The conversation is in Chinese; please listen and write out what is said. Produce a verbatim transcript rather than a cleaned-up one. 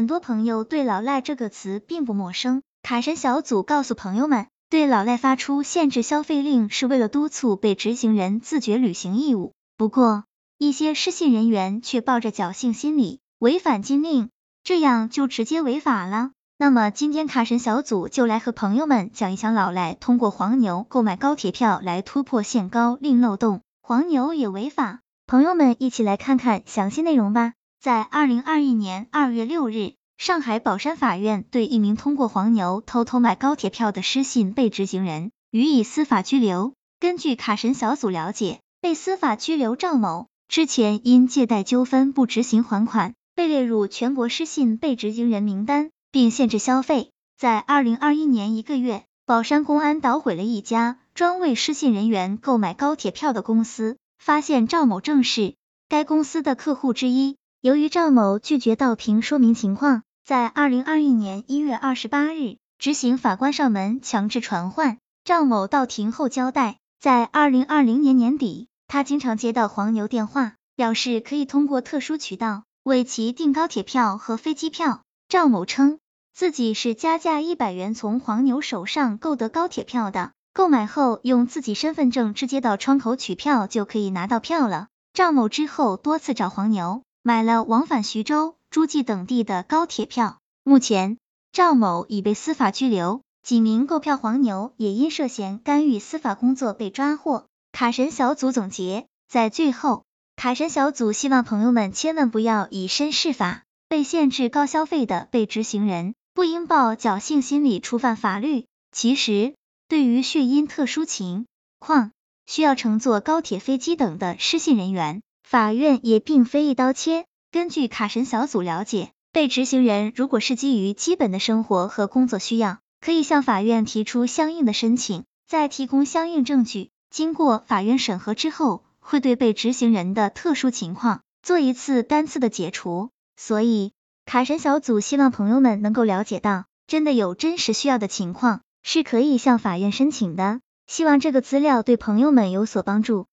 很多朋友对老赖这个词并不陌生，卡神小组告诉朋友们，对老赖发出限制消费令是为了督促被执行人自觉履行义务。不过，一些失信人员却抱着侥幸心理，违反禁令，这样就直接违法了。那么今天卡神小组就来和朋友们讲一讲老赖通过黄牛购买高铁票来突破限高令漏洞，黄牛也违法。朋友们一起来看看详细内容吧。在二零二一年二月六日，上海宝山法院对一名通过黄牛偷偷买高铁票的失信被执行人予以司法拘留。根据卡神小组了解，被司法拘留赵某之前因借贷纠纷不执行还款，被列入全国失信被执行人名单，并限制消费。在二零二一年一个月，宝山公安捣毁了一家专为失信人员购买高铁票的公司，发现赵某正是该公司的客户之一。由于赵某拒绝到庭说明情况，在二零二一年一月二十八日，执行法官上门强制传唤。赵某到庭后交代，在二零二零年年底，他经常接到黄牛电话，表示可以通过特殊渠道为其订高铁票和飞机票。赵某称，自己是加价一百元从黄牛手上购得高铁票的，购买后用自己身份证直接到窗口取票就可以拿到票了。赵某之后多次找黄牛买了往返徐州、诸暨等地的高铁票。目前，赵某已被司法拘留，几名购票黄牛也因涉嫌干预司法工作被抓获。卡神小组总结，在最后，卡神小组希望朋友们千万不要以身试法，被限制高消费的被执行人不应抱侥幸心理触犯法律。其实，对于血因特殊情况需要乘坐高铁、飞机等的失信人员，法院也并非一刀切。根据卡神小组了解，被执行人如果是基于基本的生活和工作需要，可以向法院提出相应的申请，再提供相应证据，经过法院审核之后，会对被执行人的特殊情况做一次单次的解除。所以，卡神小组希望朋友们能够了解到，真的有真实需要的情况，是可以向法院申请的。希望这个资料对朋友们有所帮助。